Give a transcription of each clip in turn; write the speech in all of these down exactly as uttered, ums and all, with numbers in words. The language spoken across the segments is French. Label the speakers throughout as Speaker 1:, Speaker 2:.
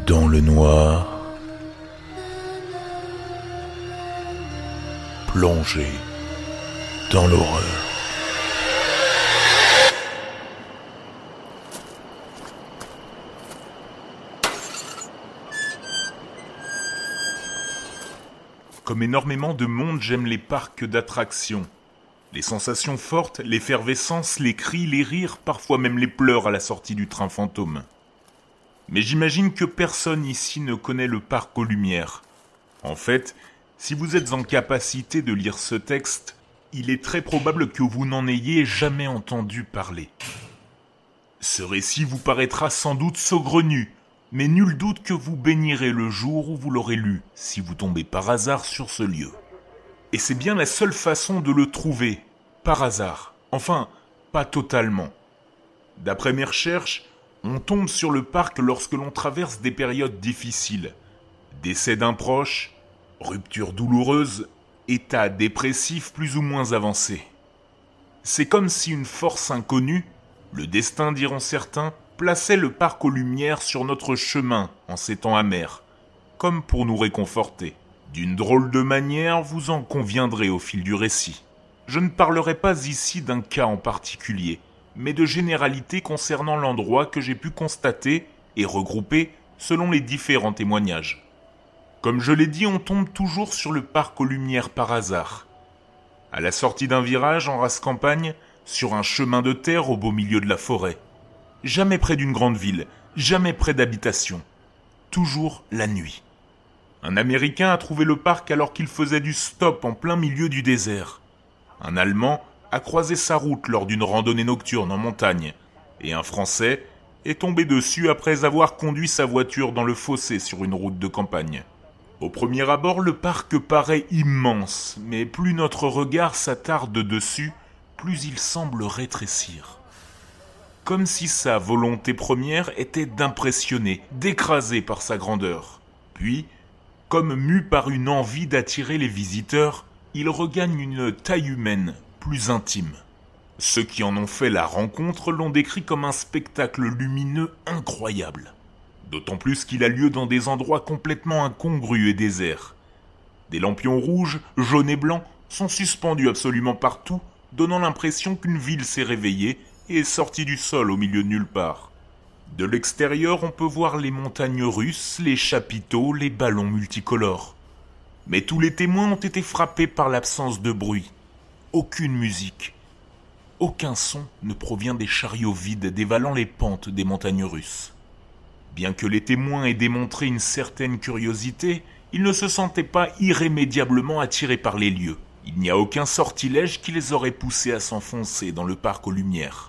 Speaker 1: Dans le noir, plongé dans l'horreur. Comme énormément de monde, j'aime les parcs d'attractions. Les sensations fortes, l'effervescence, les cris, les rires, parfois même les pleurs à la sortie du train fantôme. Mais j'imagine que personne ici ne connaît le parc aux Lumières. En fait, si vous êtes en capacité de lire ce texte, il est très probable que vous n'en ayez jamais entendu parler. Ce récit vous paraîtra sans doute saugrenu, mais nul doute que vous bénirez le jour où vous l'aurez lu, si vous tombez par hasard sur ce lieu. Et c'est bien la seule façon de le trouver, par hasard. Enfin, pas totalement. D'après mes recherches, on tombe sur le parc lorsque l'on traverse des périodes difficiles. Décès d'un proche, rupture douloureuse, état dépressif plus ou moins avancé. C'est comme si une force inconnue, le destin diront certains, plaçait le parc aux Lumières sur notre chemin en ces temps amers, comme pour nous réconforter. D'une drôle de manière, vous en conviendrez au fil du récit. Je ne parlerai pas ici d'un cas en particulier, mais de généralités concernant l'endroit que j'ai pu constater et regrouper selon les différents témoignages. Comme je l'ai dit, on tombe toujours sur le parc aux Lumières par hasard. À la sortie d'un virage en rase campagne, sur un chemin de terre au beau milieu de la forêt. Jamais près d'une grande ville, jamais près d'habitation. Toujours la nuit. Un Américain a trouvé le parc alors qu'il faisait du stop en plein milieu du désert. Un Allemand a croisé sa route lors d'une randonnée nocturne en montagne. Et un Français est tombé dessus après avoir conduit sa voiture dans le fossé sur une route de campagne. Au premier abord, le parc paraît immense, mais plus notre regard s'attarde dessus, plus il semble rétrécir. Comme si sa volonté première était d'impressionner, d'écraser par sa grandeur. Puis, comme mu par une envie d'attirer les visiteurs, il regagne une taille humaine, plus intime. Ceux qui en ont fait la rencontre l'ont décrit comme un spectacle lumineux incroyable. D'autant plus qu'il a lieu dans des endroits complètement incongrus et déserts. Des lampions rouges, jaunes et blancs sont suspendus absolument partout, donnant l'impression qu'une ville s'est réveillée et est sortie du sol au milieu de nulle part. De l'extérieur, on peut voir les montagnes russes, les chapiteaux, les ballons multicolores. Mais tous les témoins ont été frappés par l'absence de bruit. Aucune musique. Aucun son ne provient des chariots vides dévalant les pentes des montagnes russes. Bien que les témoins aient démontré une certaine curiosité, ils ne se sentaient pas irrémédiablement attirés par les lieux. Il n'y a aucun sortilège qui les aurait poussés à s'enfoncer dans le parc aux Lumières.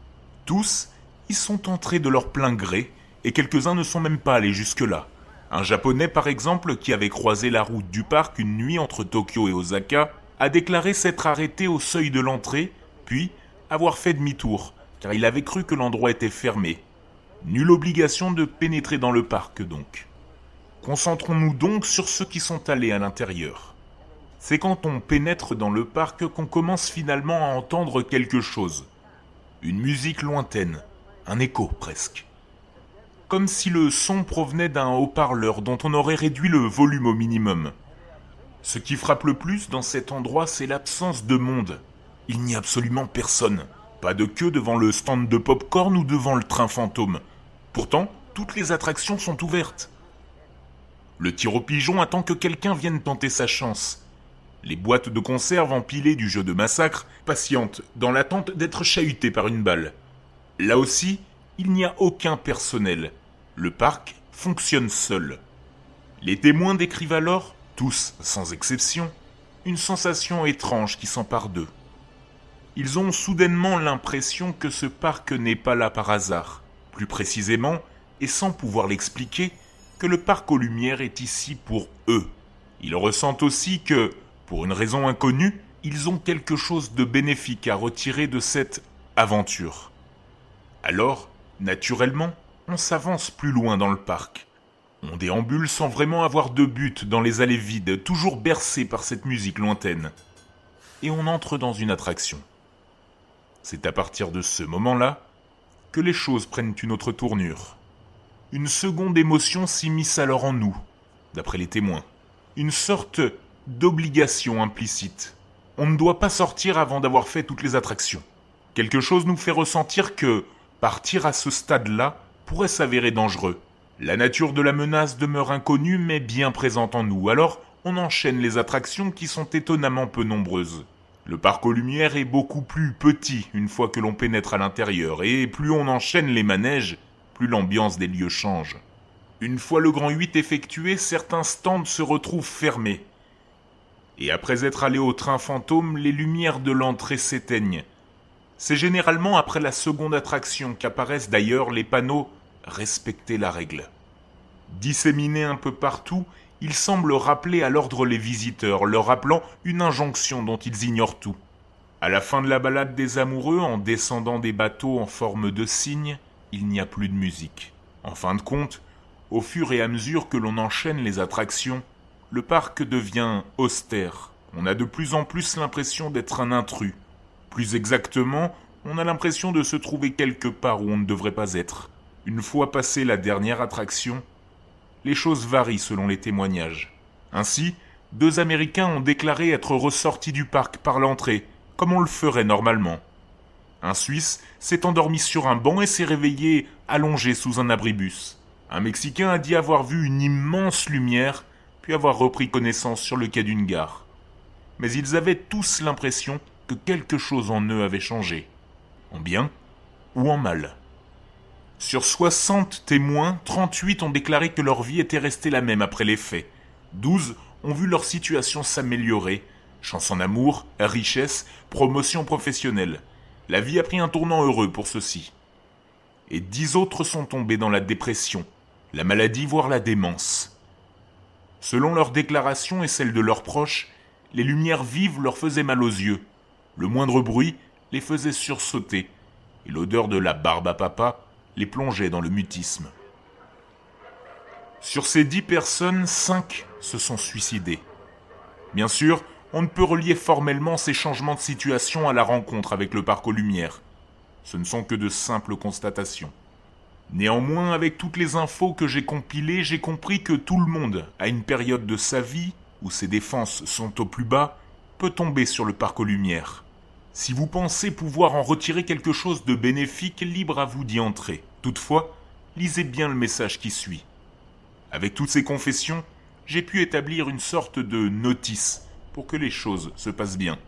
Speaker 1: Tous y sont entrés de leur plein gré, et quelques-uns ne sont même pas allés jusque-là. Un Japonais, par exemple, qui avait croisé la route du parc une nuit entre Tokyo et Osaka, a déclaré s'être arrêté au seuil de l'entrée, puis avoir fait demi-tour, car il avait cru que l'endroit était fermé. Nulle obligation de pénétrer dans le parc, donc. Concentrons-nous donc sur ceux qui sont allés à l'intérieur. C'est quand on pénètre dans le parc qu'on commence finalement à entendre quelque chose. Une musique lointaine, un écho presque. Comme si le son provenait d'un haut-parleur dont on aurait réduit le volume au minimum. Ce qui frappe le plus dans cet endroit, c'est l'absence de monde. Il n'y a absolument personne. Pas de queue devant le stand de pop-corn ou devant le train fantôme. Pourtant, toutes les attractions sont ouvertes. Le tir au pigeon attend que quelqu'un vienne tenter sa chance. Les boîtes de conserve empilées du jeu de massacre patientent dans l'attente d'être chahutées par une balle. Là aussi, il n'y a aucun personnel. Le parc fonctionne seul. Les témoins décrivent alors, tous sans exception, une sensation étrange qui s'empare d'eux. Ils ont soudainement l'impression que ce parc n'est pas là par hasard. Plus précisément, et sans pouvoir l'expliquer, que le parc aux Lumières est ici pour eux. Ils ressentent aussi que, pour une raison inconnue, ils ont quelque chose de bénéfique à retirer de cette aventure. Alors, naturellement, on s'avance plus loin dans le parc. On déambule sans vraiment avoir de but dans les allées vides, toujours bercés par cette musique lointaine. Et on entre dans une attraction. C'est à partir de ce moment-là que les choses prennent une autre tournure. Une seconde émotion s'immisce alors en nous, d'après les témoins. Une sorte d'obligation implicite. On ne doit pas sortir avant d'avoir fait toutes les attractions. Quelque chose nous fait ressentir que partir à ce stade-là pourrait s'avérer dangereux. La nature de la menace demeure inconnue mais bien présente en nous, alors on enchaîne les attractions qui sont étonnamment peu nombreuses. Le parc aux Lumières est beaucoup plus petit une fois que l'on pénètre à l'intérieur, et plus on enchaîne les manèges, plus l'ambiance des lieux change. Une fois le grand huit effectué, certains stands se retrouvent fermés. Et après être allés au train fantôme, les lumières de l'entrée s'éteignent. C'est généralement après la seconde attraction qu'apparaissent d'ailleurs les panneaux « Respectez la règle ». Disséminés un peu partout, ils semblent rappeler à l'ordre les visiteurs, leur rappelant une injonction dont ils ignorent tout. À la fin de la balade des amoureux, en descendant des bateaux en forme de cygne, il n'y a plus de musique. En fin de compte, au fur et à mesure que l'on enchaîne les attractions, le parc devient austère. On a de plus en plus l'impression d'être un intrus. Plus exactement, on a l'impression de se trouver quelque part où on ne devrait pas être. Une fois passée la dernière attraction, les choses varient selon les témoignages. Ainsi, deux Américains ont déclaré être ressortis du parc par l'entrée, comme on le ferait normalement. Un Suisse s'est endormi sur un banc et s'est réveillé allongé sous un abribus. Un Mexicain a dit avoir vu une immense lumière, puis avoir repris connaissance sur le quai d'une gare. Mais ils avaient tous l'impression que quelque chose en eux avait changé, en bien ou en mal. Sur soixante témoins, trente-huit ont déclaré que leur vie était restée la même après les faits. douze ont vu leur situation s'améliorer. Chance en amour, richesse, promotion professionnelle. La vie a pris un tournant heureux pour ceux-ci. Et dix autres sont tombés dans la dépression, la maladie voire la démence. Selon leurs déclarations et celles de leurs proches, les lumières vives leur faisaient mal aux yeux. Le moindre bruit les faisait sursauter. Et l'odeur de la barbe à papa les plongeait dans le mutisme. Sur ces dix personnes, cinq se sont suicidées. Bien sûr, on ne peut relier formellement ces changements de situation à la rencontre avec le parc aux Lumières. Ce ne sont que de simples constatations. Néanmoins, avec toutes les infos que j'ai compilées, j'ai compris que tout le monde, à une période de sa vie, où ses défenses sont au plus bas, peut tomber sur le parc aux Lumières. Si vous pensez pouvoir en retirer quelque chose de bénéfique, libre à vous d'y entrer. Toutefois, lisez bien le message qui suit. Avec toutes ces confessions, j'ai pu établir une sorte de notice pour que les choses se passent bien.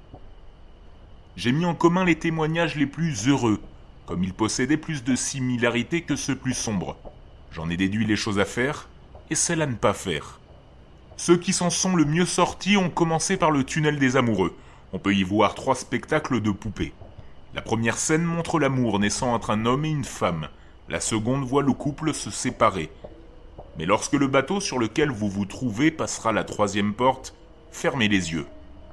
Speaker 1: J'ai mis en commun les témoignages les plus heureux, comme ils possédaient plus de similarités que ceux plus sombres. J'en ai déduit les choses à faire et celles à ne pas faire. Ceux qui s'en sont le mieux sortis ont commencé par le tunnel des amoureux. On peut y voir trois spectacles de poupées. La première scène montre l'amour naissant entre un homme et une femme. La seconde voit le couple se séparer. Mais lorsque le bateau sur lequel vous vous trouvez passera la troisième porte, fermez les yeux.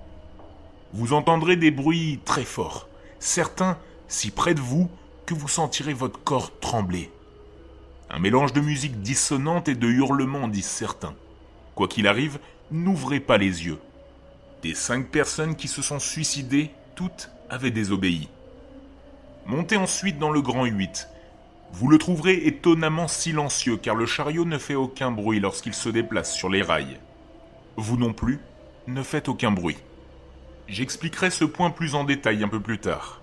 Speaker 1: Vous entendrez des bruits très forts, certains si près de vous que vous sentirez votre corps trembler. Un mélange de musique dissonante et de hurlements, disent certains. Quoi qu'il arrive, n'ouvrez pas les yeux. Des cinq personnes qui se sont suicidées, toutes avaient désobéi. Montez ensuite dans le grand huit. Vous le trouverez étonnamment silencieux car le chariot ne fait aucun bruit lorsqu'il se déplace sur les rails. Vous non plus, ne faites aucun bruit. J'expliquerai ce point plus en détail un peu plus tard.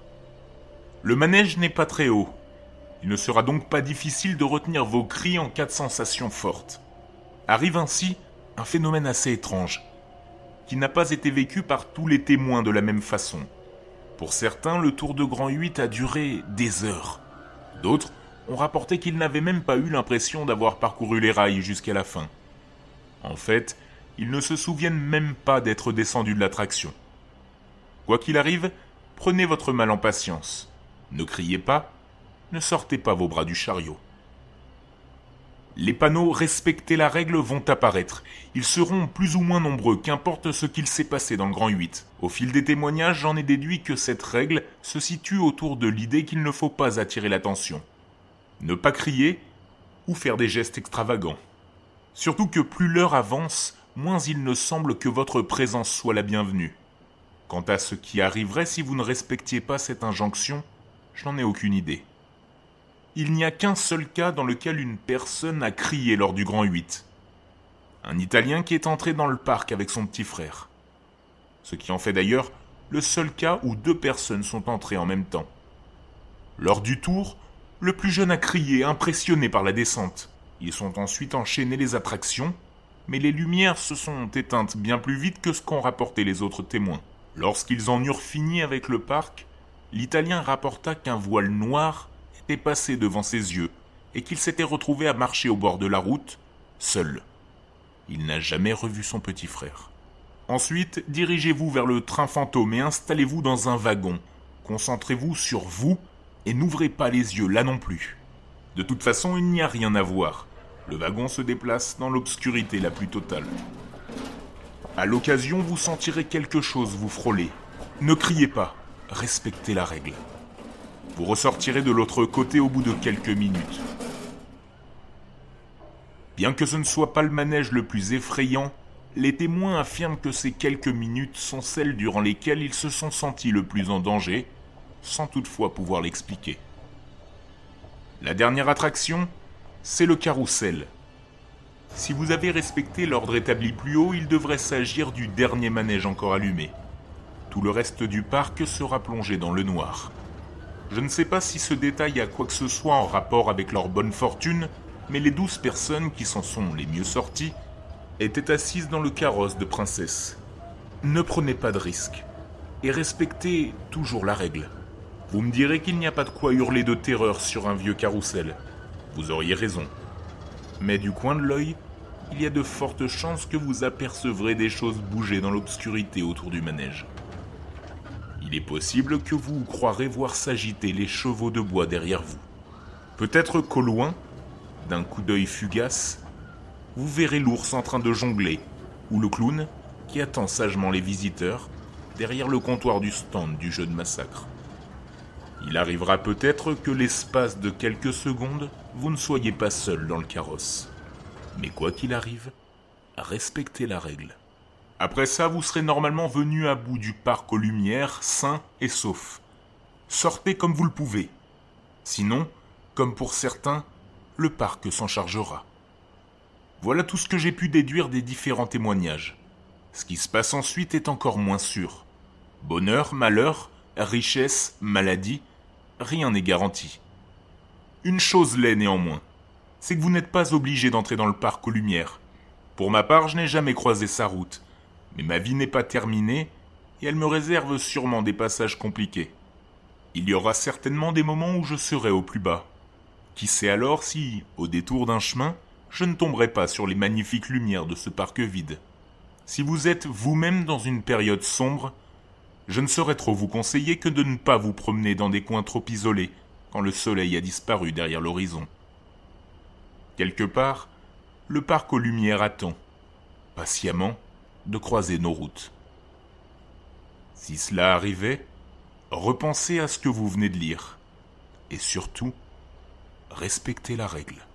Speaker 1: Le manège n'est pas très haut. Il ne sera donc pas difficile de retenir vos cris en cas de sensation forte. Arrive ainsi un phénomène assez étrange, qui n'a pas été vécu par tous les témoins de la même façon. Pour certains, le tour de grand huit a duré des heures. D'autres ont rapporté qu'ils n'avaient même pas eu l'impression d'avoir parcouru les rails jusqu'à la fin. En fait, ils ne se souviennent même pas d'être descendus de l'attraction. Quoi qu'il arrive, prenez votre mal en patience. Ne criez pas, ne sortez pas vos bras du chariot. Les panneaux « Respectez la règle » vont apparaître. Ils seront plus ou moins nombreux, qu'importe ce qu'il s'est passé dans le grand huit. Au fil des témoignages, j'en ai déduit que cette règle se situe autour de l'idée qu'il ne faut pas attirer l'attention. Ne pas crier ou faire des gestes extravagants. Surtout que plus l'heure avance, moins il ne semble que votre présence soit la bienvenue. Quant à ce qui arriverait si vous ne respectiez pas cette injonction, je n'en ai aucune idée. il n'y a qu'un seul cas dans lequel une personne a crié lors du Grand huit. Un Italien qui est entré dans le parc avec son petit frère. Ce qui en fait d'ailleurs le seul cas où deux personnes sont entrées en même temps. Lors du tour, le plus jeune a crié, impressionné par la descente. Ils sont ensuite enchaînés les attractions, mais les lumières se sont éteintes bien plus vite que ce qu'ont rapporté les autres témoins. Lorsqu'ils en eurent fini avec le parc, l'Italien rapporta qu'un voile noir était passé devant ses yeux et qu'il s'était retrouvé à marcher au bord de la route, seul. Il n'a jamais revu son petit frère. Ensuite, dirigez-vous vers le train fantôme et installez-vous dans un wagon. Concentrez-vous sur vous et n'ouvrez pas les yeux là non plus. De toute façon, il n'y a rien à voir. Le wagon se déplace dans l'obscurité la plus totale. À l'occasion, vous sentirez quelque chose vous frôler. Ne criez pas, respectez la règle. Vous ressortirez de l'autre côté au bout de quelques minutes. Bien que ce ne soit pas le manège le plus effrayant, les témoins affirment que ces quelques minutes sont celles durant lesquelles ils se sont sentis le plus en danger, sans toutefois pouvoir l'expliquer. La dernière attraction, c'est le carrousel. Si vous avez respecté l'ordre établi plus haut, il devrait s'agir du dernier manège encore allumé. Tout le reste du parc sera plongé dans le noir. Je ne sais pas si ce détail a quoi que ce soit en rapport avec leur bonne fortune, mais les douze personnes qui s'en sont les mieux sorties étaient assises dans le carrosse de princesse. Ne prenez pas de risques et respectez toujours la règle. Vous me direz qu'il n'y a pas de quoi hurler de terreur sur un vieux carrousel. Vous auriez raison. Mais du coin de l'œil, il y a de fortes chances que vous apercevrez des choses bouger dans l'obscurité autour du manège. Il est possible que vous croirez voir s'agiter les chevaux de bois derrière vous. Peut-être qu'au loin, d'un coup d'œil fugace, vous verrez l'ours en train de jongler, ou le clown qui attend sagement les visiteurs derrière le comptoir du stand du jeu de massacre. Il arrivera peut-être que l'espace de quelques secondes, vous ne soyez pas seul dans le carrosse. Mais quoi qu'il arrive, respectez la règle. Après ça, vous serez normalement venu à bout du parc aux lumières, sain et sauf. Sortez comme vous le pouvez. Sinon, comme pour certains, le parc s'en chargera. Voilà tout ce que j'ai pu déduire des différents témoignages. Ce qui se passe ensuite est encore moins sûr. Bonheur, malheur, richesse, maladie, rien n'est garanti. Une chose l'est néanmoins, c'est que vous n'êtes pas obligé d'entrer dans le parc aux lumières. Pour ma part, je n'ai jamais croisé sa route, mais ma vie n'est pas terminée et elle me réserve sûrement des passages compliqués. Il y aura certainement des moments où je serai au plus bas. Qui sait alors si, au détour d'un chemin, je ne tomberai pas sur les magnifiques lumières de ce parc vide. Si vous êtes vous-même dans une période sombre, je ne saurais trop vous conseiller que de ne pas vous promener dans des coins trop isolés quand le soleil a disparu derrière l'horizon. Quelque part, le parc aux lumières attend, patiemment, de croiser nos routes. Si cela arrivait, repensez à ce que vous venez de lire, et surtout, respectez la règle.